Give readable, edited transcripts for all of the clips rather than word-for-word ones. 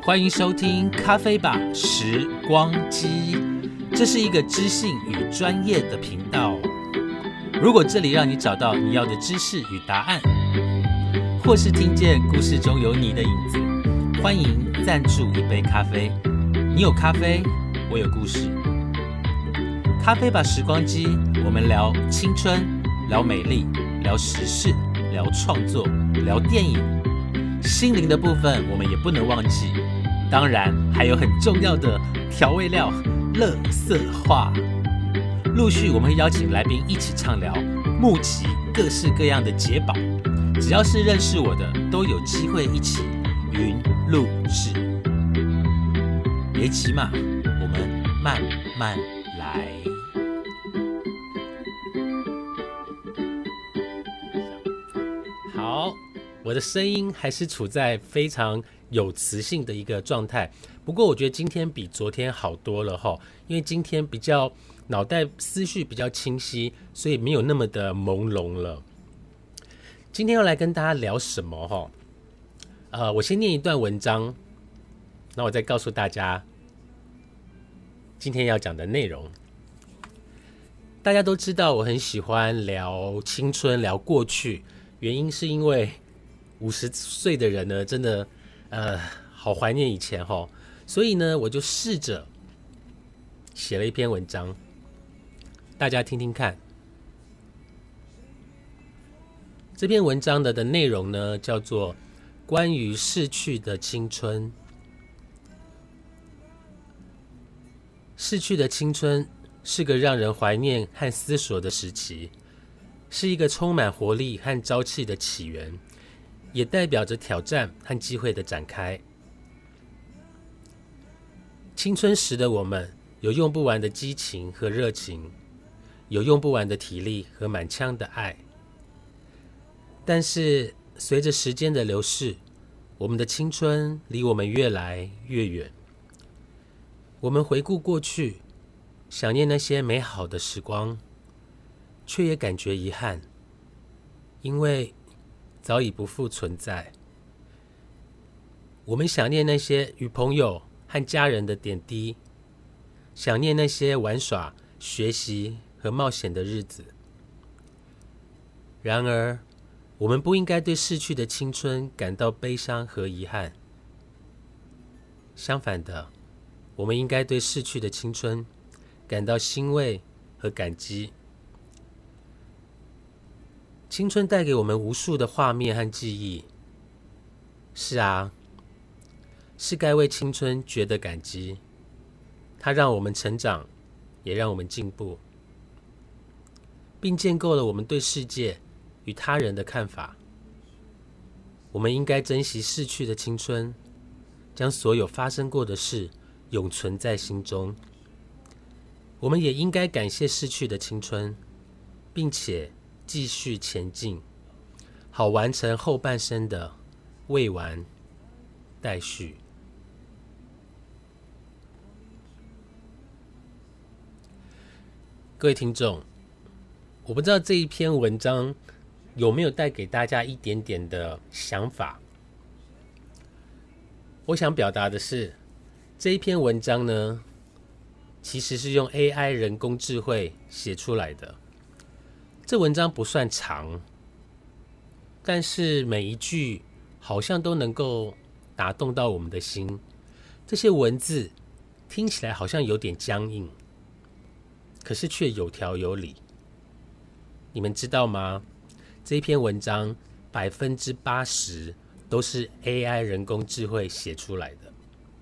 欢迎收听咖啡吧时光机，这是一个知性与专业的频道。如果这里让你找到你要的知识与答案，或是听见故事中有你的影子，欢迎赞助一杯咖啡。你有咖啡，我有故事。咖啡吧时光机，我们聊青春，聊美丽，聊时事，聊创作，聊电影。心灵的部分我们也不能忘记，当然还有很重要的调味料垃圾话。陆续我们会邀请来宾一起畅聊，募集各式各样的解宝，只要是认识我的都有机会一起云录制。别急嘛，我们慢慢来。好，我的声音还是处在非常有磁性的一个状态，不过我觉得今天比昨天好多了齁，因为今天比较脑袋思绪比较清晰，所以没有那么的朦胧了。今天要来跟大家聊什么齁？我先念一段文章，那我再告诉大家今天要讲的内容。大家都知道我很喜欢聊青春，聊过去，原因是因为50岁的人呢，真的好怀念以前齁，所以呢，我就试着写了一篇文章，大家听听看。这篇文章的内容呢，叫做关于逝去的青春。逝去的青春是个让人怀念和思索的时期，是一个充满活力和朝气的起源，也代表着挑战和机会的展开。青春时的我们有用不完的激情和热情，有用不完的体力和满腔的爱。但是随着时间的流逝，我们的青春离我们越来越远。我们回顾过去，想念那些美好的时光，却也感觉遗憾，因为早已不复存在。我们想念那些与朋友和家人的点滴，想念那些玩耍、学习和冒险的日子。然而，我们不应该对逝去的青春感到悲伤和遗憾。相反的，我们应该对逝去的青春感到欣慰和感激。青春带给我们无数的画面和记忆。是啊，是该为青春觉得感激。它让我们成长，也让我们进步，并建构了我们对世界与他人的看法。我们应该珍惜逝去的青春，将所有发生过的事永存在心中。我们也应该感谢逝去的青春，并且继续前进，好完成后半生的未完待续。各位听众，我不知道这一篇文章有没有带给大家一点点的想法。我想表达的是，这一篇文章呢，其实是用 AI 人工智慧写出来的。这文章不算长，但是每一句好像都能够打动到我们的心。这些文字听起来好像有点僵硬，可是却有条有理。你们知道吗？这篇文章80%都是 AI 人工智慧写出来的，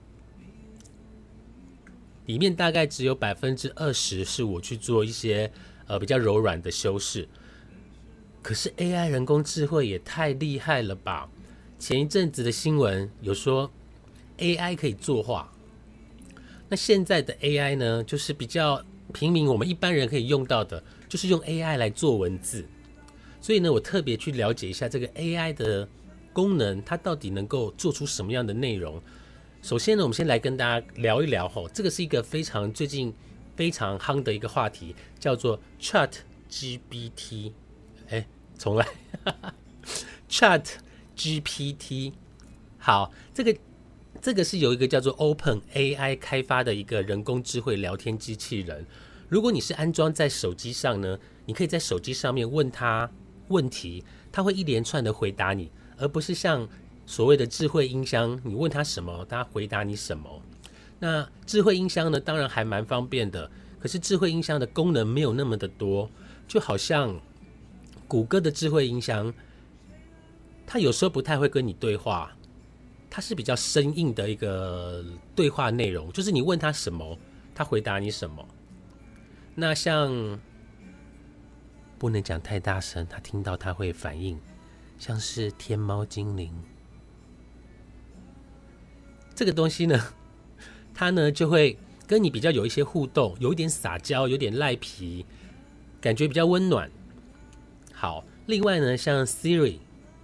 里面大概只有20%是我去做一些比较柔软的修饰。可是 AI 人工智慧也太厉害了吧！前一阵子的新闻有说 AI 可以作画，那现在的 AI 呢，就是比较平民我们一般人可以用到的，就是用 AI 来做文字。所以呢，我特别去了解一下这个 AI 的功能，它到底能够做出什么样的内容。首先呢，我们先来跟大家聊一聊这个是一个最近非常夯的一个话题，叫做 ChatGPT。重来，ChatGPT。好，这个这个是有一个叫做 OpenAI 开发的一个人工智慧聊天机器人。如果你是安装在手机上呢，你可以在手机上面问他问题，他会一连串的回答你，而不是像所谓的智慧音箱，你问他什么，他回答你什么。那智慧音箱呢，当然还蛮方便的，可是智慧音箱的功能没有那么的多，就好像谷歌的智慧音箱，它有时候不太会跟你对话，它是比较生硬的一个对话内容，就是你问他什么，他回答你什么。那像不能讲太大声，他听到他会反应，像是天猫精灵这个东西呢，它呢就会跟你比较有一些互动，有一点撒娇，有点赖皮，感觉比较温暖。好，另外呢，像 Siri，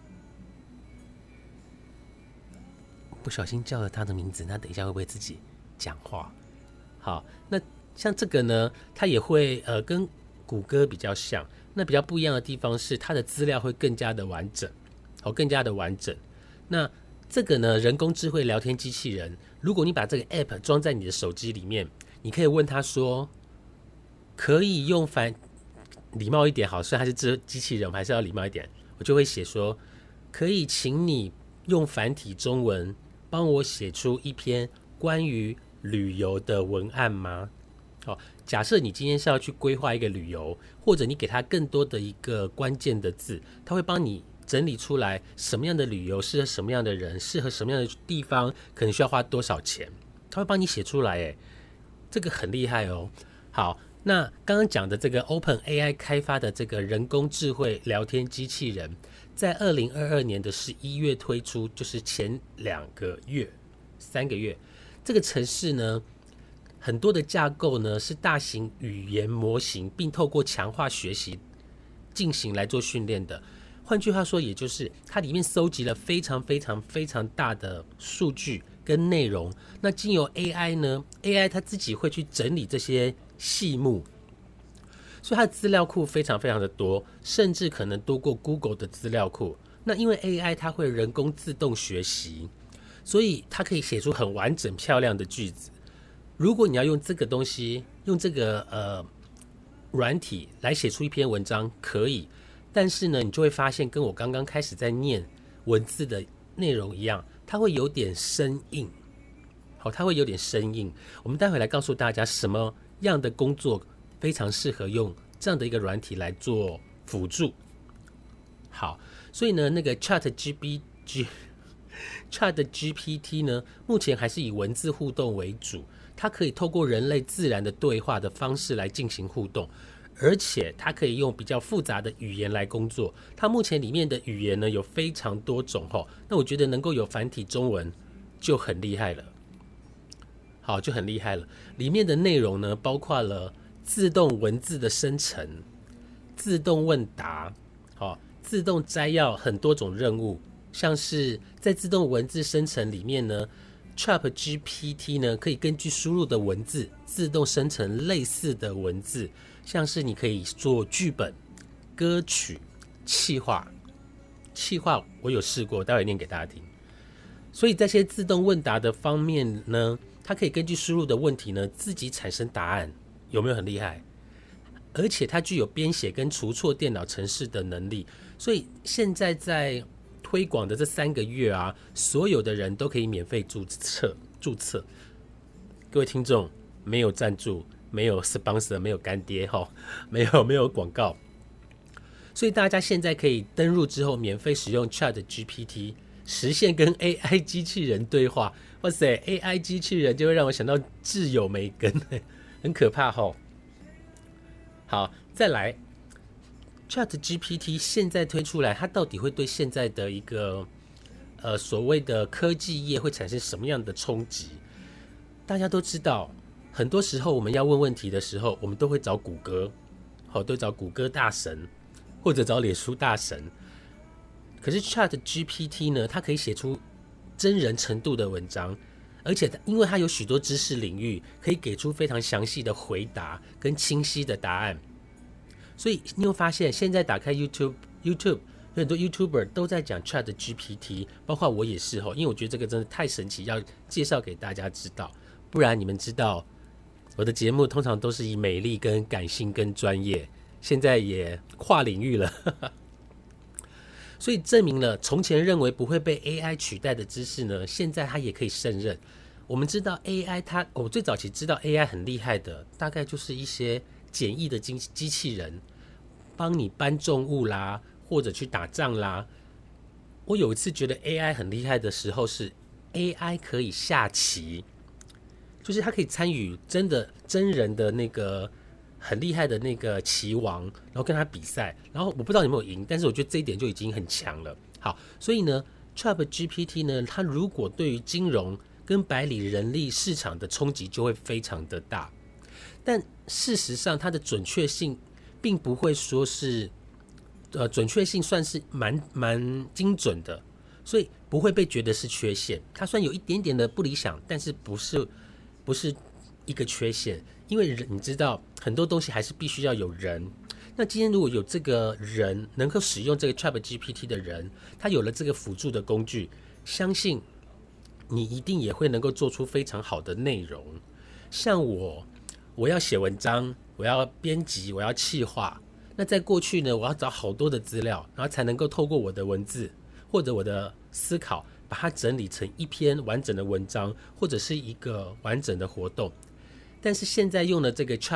不小心叫了他的名字，那等一下会不会自己讲话？好，那像这个呢，它也会跟谷歌比较像，那比较不一样的地方是它的资料会更加的完整，更加的完整。那这个呢，人工智慧聊天机器人，如果你把这个 app 装在你的手机里面，你可以问他说，可以用礼貌一点好，虽然它是机器人，我还是要礼貌一点，我就会写说，可以请你用繁体中文帮我写出一篇关于旅游的文案吗？假设你今天是要去规划一个旅游，或者你给他更多的一个关键的字，他会帮你整理出来什么样的旅游适合什么样的人，适合什么样的地方，可能需要花多少钱，他会帮你写出来，这个很厉害哦。好，那刚刚讲的这个 OpenAI 开发的这个人工智慧聊天机器人，在2022年的11月推出，就是前3个月，这个程式呢，很多的架构呢是大型语言模型，并透过强化学习进行来做训练的。换句话说，也就是它里面搜集了非常非常非常大的数据跟内容，那经由 AI 呢 ，AI 它自己会去整理这些细目，所以它的资料库非常非常的多，甚至可能多过 Google 的资料库。那因为 AI 它会人工自动学习，所以它可以写出很完整漂亮的句子。如果你要用这个东西，用这个软体来写出一篇文章，可以，但是呢，你就会发现跟我刚刚开始在念文字的内容一样，它会有点生硬。好，它会有点生硬。我们待会来告诉大家什么样的工作非常适合用这样的一个软体来做辅助。好，所以呢，那个 ChatGPT 呢，目前还是以文字互动为主，它可以透过人类自然的对话的方式来进行互动，而且它可以用比较复杂的语言来工作。它目前里面的语言呢有非常多种，那我觉得能够有繁体中文就很厉害了。好，就很厉害了。里面的内容呢，包括了自动文字的生成、自动问答、自动摘要很多种任务，像是在自动文字生成里面呢 ，ChatGPT 呢可以根据输入的文字自动生成类似的文字，像是你可以做剧本、歌曲、企划我有试过，待会念给大家听。所以这些自动问答的方面呢，它可以根据输入的问题呢，自己产生答案，有没有很厉害？而且它具有编写跟除错电脑程式的能力，所以现在在推广的这3个月啊，所有的人都可以免费注册。各位听众，没有赞助，没有 sponsor， 没有干爹，没有广告，所以大家现在可以登入之后免费使用 ChatGPT， 实现跟 AI 机器人对话。哇塞 ，AI 机器人就会让我想到挚友梅根，很可怕齁。好，再来 ChatGPT 现在推出来，它到底会对现在的一个所谓的科技业会产生什么样的冲击？大家都知道，很多时候我们要问问题的时候，我们都会找谷歌，都找谷歌大神或者找脸书大神。可是 ChatGPT 呢，它可以写出真人程度的文章，而且因为它有许多知识领域，可以给出非常详细的回答跟清晰的答案。所以你会发现，现在打开 YouTube 有很多 YouTuber 都在讲 Chat GPT， 包括我也是，因为我觉得这个真的太神奇，要介绍给大家知道。不然你们知道我的节目通常都是以美丽跟感性跟专业，现在也跨领域了所以证明了从前认为不会被 AI 取代的知识呢，现在它也可以胜任。我们知道 AI， 我最早期知道 AI 很厉害的，大概就是一些简易的机器人，帮你搬重物啦，或者去打仗啦。我有一次觉得 AI 很厉害的时候是 AI 可以下棋，就是它可以参与真人的那个很厉害的那个棋王，然后跟他比赛，然后我不知道有没有赢，但是我觉得这一点就已经很强了。好，所以呢 ChatGPT 呢，它如果对于金融跟白领人力市场的冲击就会非常的大，但事实上它的准确性并不会说是准确性算是蛮精准的，所以不会被觉得是缺陷。它虽然有一点点的不理想，但是不是一个缺陷，因为你知道很多东西还是必须要有人。那今天如果有这个人能够使用这个 ChatGPT 的人，他有了这个辅助的工具，相信你一定也会能够做出非常好的内容。像我要写文章，我要编辑，我要企划，那在过去呢，我要找好多的资料，然后才能够透过我的文字或者我的思考，把它整理成一篇完整的文章，或者是一个完整的活动。但是现在用了这个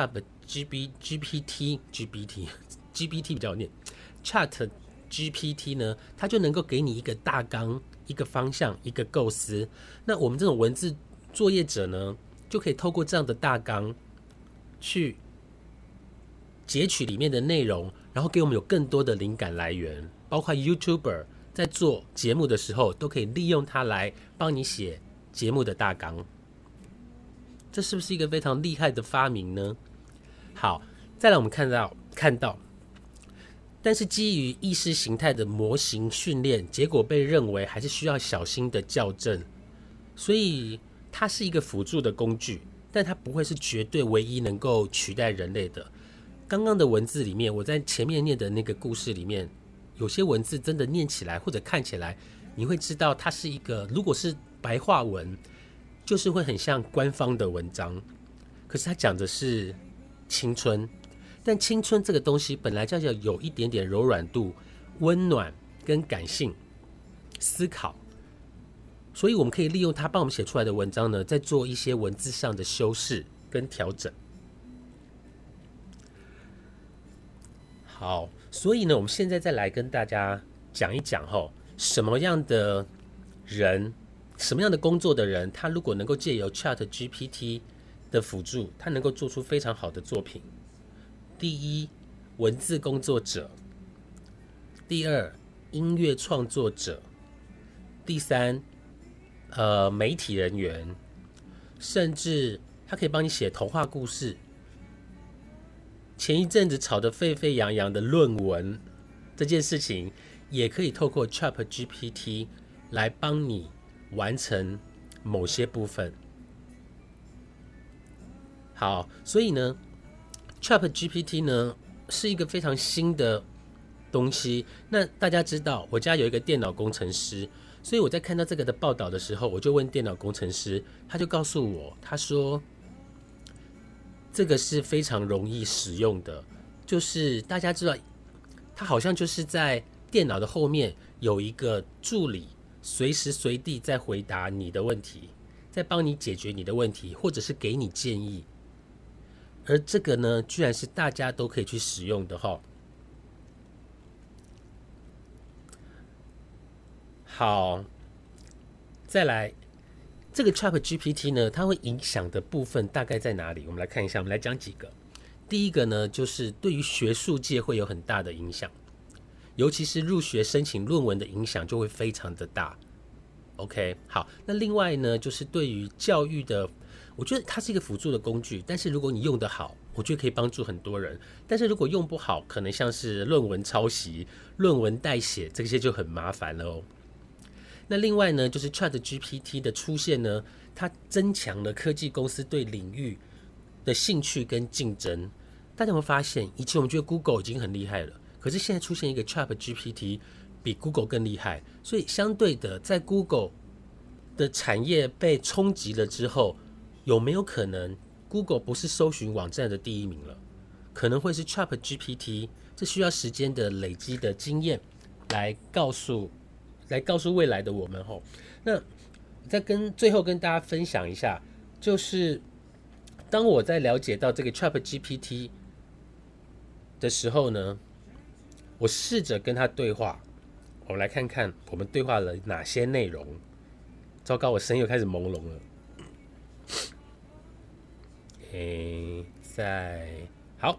GPT 比较好念 Chat GPT 呢，它就能够给你一个大纲、一个方向、一个构思。那我们这种文字作业者呢，就可以透过这样的大纲去截取里面的内容，然后给我们有更多的灵感来源。包括 YouTuber 在做节目的时候，都可以利用它来帮你写节目的大纲。这是不是一个非常厉害的发明呢？好，再来我们看到，但是基于意识形态的模型训练，结果被认为还是需要小心的校正，所以它是一个辅助的工具，但它不会是绝对唯一能够取代人类的。刚刚的文字里面，我在前面念的那个故事里面，有些文字真的念起来或者看起来，你会知道它是一个，如果是白话文，就是会很像官方的文章，可是它讲的是青春，但青春这个东西本来就要有一点点柔软度、温暖跟感性思考，所以我们可以利用它帮我们写出来的文章呢，再做一些文字上的修饰跟调整。好，所以呢，我们现在再来跟大家讲一讲什么样的人，什么样的工作的人，他如果能够借由 ChatGPT 的辅助，他能够做出非常好的作品。第一，文字工作者；第二，音乐创作者；第三，媒体人员，甚至他可以帮你写童话故事。前一阵子吵得沸沸扬扬的论文这件事情，也可以透过 ChatGPT 来帮你完成某些部分。好，所以呢 ChatGPT 呢是一个非常新的东西。那大家知道我家有一个电脑工程师，所以我在看到这个的报道的时候，我就问电脑工程师，他就告诉我，他说这个是非常容易使用的，就是大家知道他好像就是在电脑的后面有一个助理，随时随地在回答你的问题，在帮你解决你的问题，或者是给你建议。而这个呢，居然是大家都可以去使用的好，再来这个 ChatGPT 呢，它会影响的部分大概在哪里？我们来看一下，我们来讲几个。第一个呢，就是对于学术界会有很大的影响，尤其是入学申请论文的影响就会非常的大。OK， 好，那另外呢，就是对于教育的，我觉得它是一个辅助的工具，但是如果你用得好，我觉得可以帮助很多人。但是如果用不好，可能像是论文抄袭、论文代写，这些就很麻烦了哦。那另外呢，就是 ChatGPT 的出现呢，它增强了科技公司对领域的兴趣跟竞争。大家有没有发现，以前我们觉得 Google 已经很厉害了，可是现在出现一个 ChatGPT， 比 Google 更厉害，所以相对的，在 Google 的产业被冲击了之后，有没有可能 Google 不是搜寻网站的第一名了？可能会是 ChatGPT， 这需要时间的累积的经验来告诉未来的我们吼。那最后跟大家分享一下，就是当我在了解到这个 ChatGPT 的时候呢，我试着跟他对话，我们来看看我们对话了哪些内容。糟糕，我声音又开始朦胧了。好，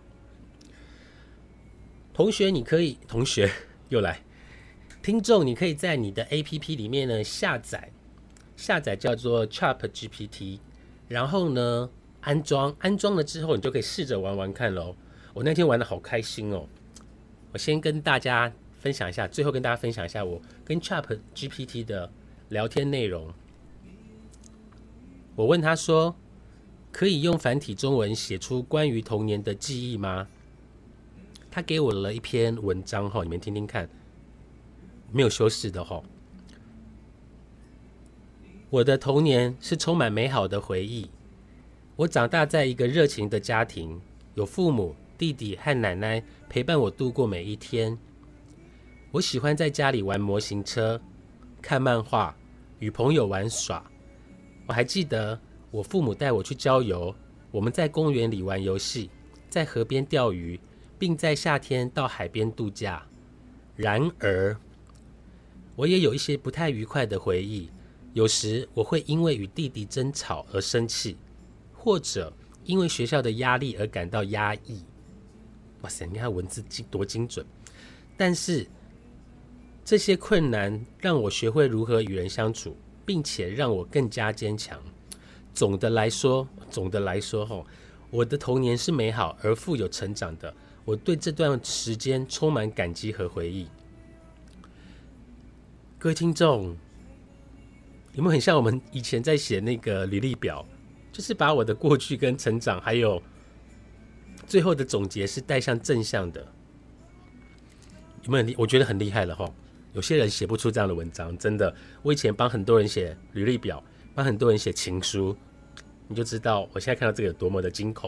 同学又来，听众你可以在你的 APP 里面呢下载叫做 ChatGPT， 然后呢安装了之后，你就可以试着玩玩看咯。我那天玩的好开心哦。我先跟大家分享一下，最后跟大家分享一下我跟 ChatGPT 的聊天内容。我问他说，可以用繁体中文写出关于童年的记忆吗？他给我了一篇文章，你们听听看，没有修饰的。我的童年是充满美好的回忆。我长大在一个热情的家庭，有父母、弟弟和奶奶陪伴我度过每一天。我喜欢在家里玩模型车、看漫画、与朋友玩耍。我还记得我父母带我去郊游，我们在公园里玩游戏，在河边钓鱼，并在夏天到海边度假。然而，我也有一些不太愉快的回忆。有时我会因为与弟弟争吵而生气，或者因为学校的压力而感到压抑。哇塞，你看文字多精准！但是这些困难让我学会如何与人相处，并且让我更加坚强。总的来说，我的童年是美好而富有成长的。我对这段时间充满感激和回忆。各位听众，有没有很像我们以前在写那个履历表，就是把我的过去跟成长还有最后的总结是带向正向的？有没有？我觉得很厉害了。有些人写不出这样的文章，真的。我以前帮很多人写履历表，帮很多人写情书，你就知道我现在看到这个有多么的惊恐。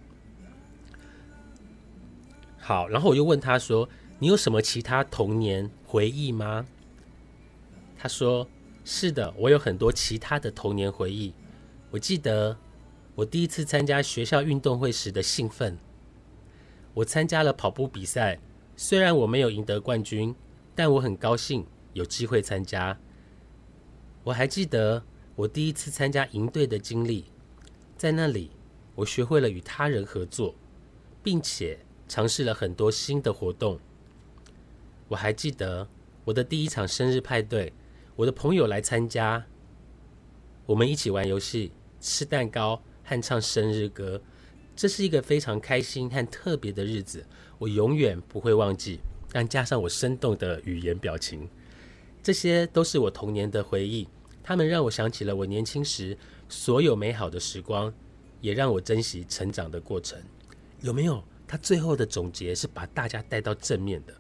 好，然后我又问他说，你有什么其他童年回忆吗？他说，是的，我有很多其他的童年回忆。我记得我第一次参加学校运动会时的兴奋。我参加了跑步比赛，虽然我没有赢得冠军，但我很高兴有机会参加。我还记得我第一次参加营队的经历，在那里我学会了与他人合作，并且尝试了很多新的活动。我还记得我的第一场生日派对，我的朋友来参加，我们一起玩游戏、吃蛋糕和唱生日歌。这是一个非常开心和特别的日子，我永远不会忘记。但加上我生动的语言表情，这些都是我童年的回忆，他们让我想起了我年轻时所有美好的时光，也让我珍惜成长的过程。有没有？他最后的总结是把大家带到正面的。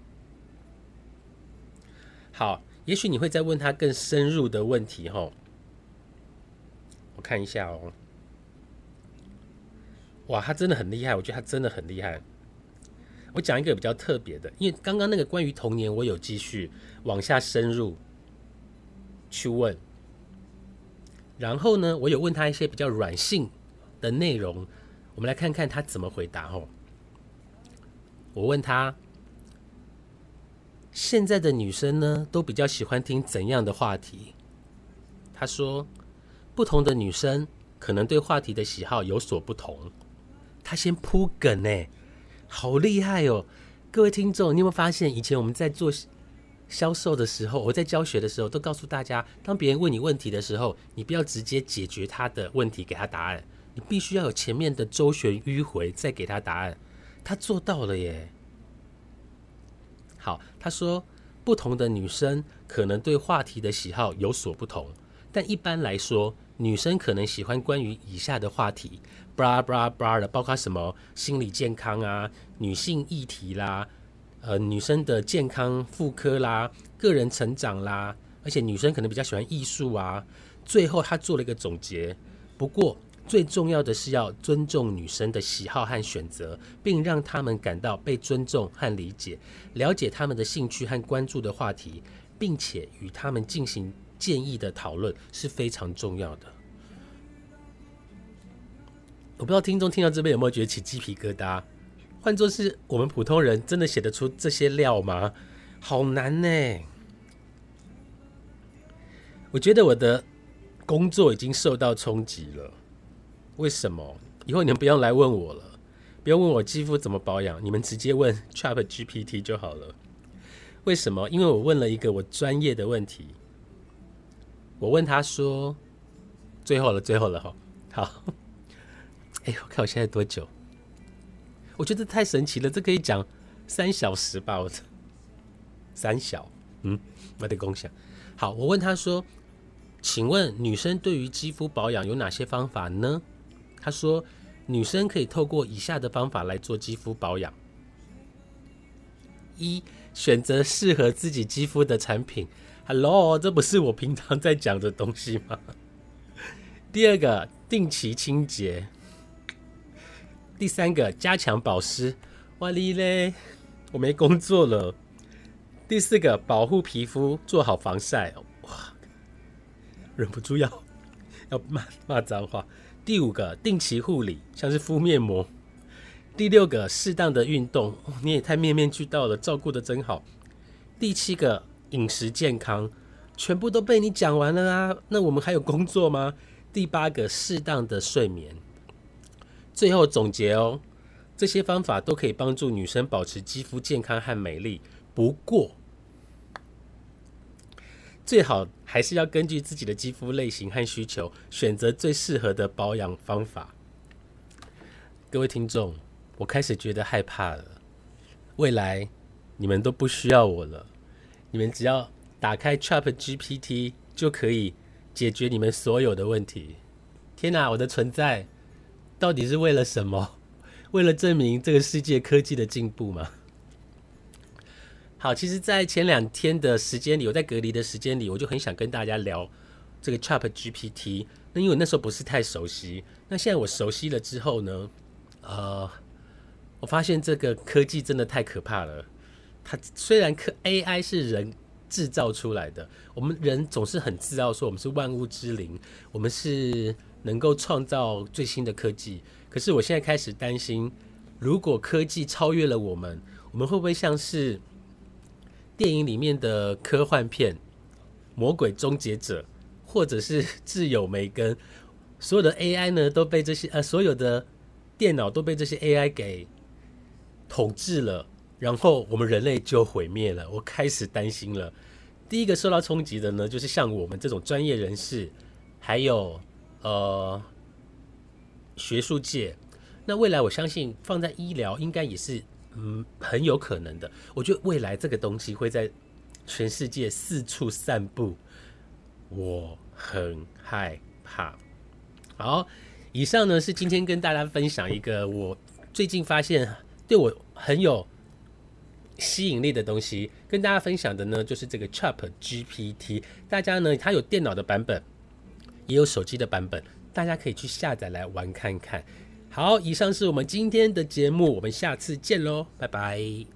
好，也许你会再问他更深入的问题。我看一下哦。哇，他真的很厉害，我觉得他真的很厉害。我讲一个比较特别的，因为刚刚那个关于童年，我有继续往下深入去问。然后呢，我有问他一些比较软性的内容，我们来看看他怎么回答。我问他，现在的女生呢，都比较喜欢听怎样的话题？他说，不同的女生可能对话题的喜好有所不同。他先铺梗耶，好厉害哦！各位听众，你有没有发现，以前我们在做销售的时候，我在教学的时候，都告诉大家，当别人问你问题的时候，你不要直接解决他的问题，给他答案，你必须要有前面的周旋迂回，再给他答案。他做到了耶！好，他说，不同的女生可能对话题的喜好有所不同，但一般来说，女生可能喜欢关于以下的话题，blah blah blah 的，包括什么心理健康啊、女性议题啦、 女生的健康、妇科啦、个人成长啦，而且女生可能比较喜欢艺术啊。最后他做了一个总结，不过最重要的是要尊重女生的喜好和选择，并让她们感到被尊重和理解，了解她们的兴趣和关注的话题，并且与她们进行建议的讨论是非常重要的。我不知道听众听到这边有没有觉得起鸡皮疙瘩？换作是我们普通人，真的写得出这些料吗？好难呢。我觉得我的工作已经受到冲击了。为什么？以后你们不用来问我了，不用问我肌肤怎么保养，你们直接问 ChatGPT 就好了。为什么？因为我问了一个我专业的问题。我问他说：“最后了哈，好。”我看我现在多久？我觉得太神奇了，这可以讲3小时吧？我3小，我得共享。好，我问他说：“请问女生对于肌肤保养有哪些方法呢？”他说：“女生可以透过以下的方法来做肌肤保养：一、选择适合自己肌肤的产品。Hello， 这不是我平常在讲的东西吗？第二个，定期清洁。第三个，加强保湿。哇哩嘞，我没工作了。第四个，保护皮肤，做好防晒。哇，忍不住要骂脏话。第五个，定期护理，像是敷面膜。第六个，适当的运动。你也太面面俱到了，照顾得真好。第七个，饮食健康。全部都被你讲完了啊，那我们还有工作吗？第八个，适当的睡眠。最后总结哦，这些方法都可以帮助女生保持肌肤健康和美丽。不过，最好还是要根据自己的肌肤类型和需求，选择最适合的保养方法。各位听众，我开始觉得害怕了。未来你们都不需要我了，你们只要打开 ChatGPT 就可以解决你们所有的问题。天哪，我的存在到底是为了什么？为了证明这个世界科技的进步吗？好，其实在前2天的时间里，我在隔离的时间里，我就很想跟大家聊这个 ChatGPT。那因为我那时候不是太熟悉，那现在我熟悉了之后呢，我发现这个科技真的太可怕了。它虽然AI 是人制造出来的，我们人总是很自傲说我们是万物之灵，我们是能够创造最新的科技。可是我现在开始担心，如果科技超越了我们会不会像是电影里面的科幻片《魔鬼终结者》或者是《挚友梅根》，所有的 AI 呢都被这些所有的电脑都被这些 AI 给统治了，然后我们人类就毁灭了。我开始担心了。第一个受到冲击的呢，就是像我们这种专业人士，还有学术界。那未来我相信放在医疗应该也是很有可能的。我觉得未来这个东西会在全世界四处散布，我很害怕。好，以上呢是今天跟大家分享一个我最近发现对我很有吸引力的东西，跟大家分享的呢就是这个 ChatGPT。大家呢，它有电脑的版本，也有手机的版本，大家可以去下载来玩看看。好，以上是我们今天的节目，我们下次见喽，拜拜。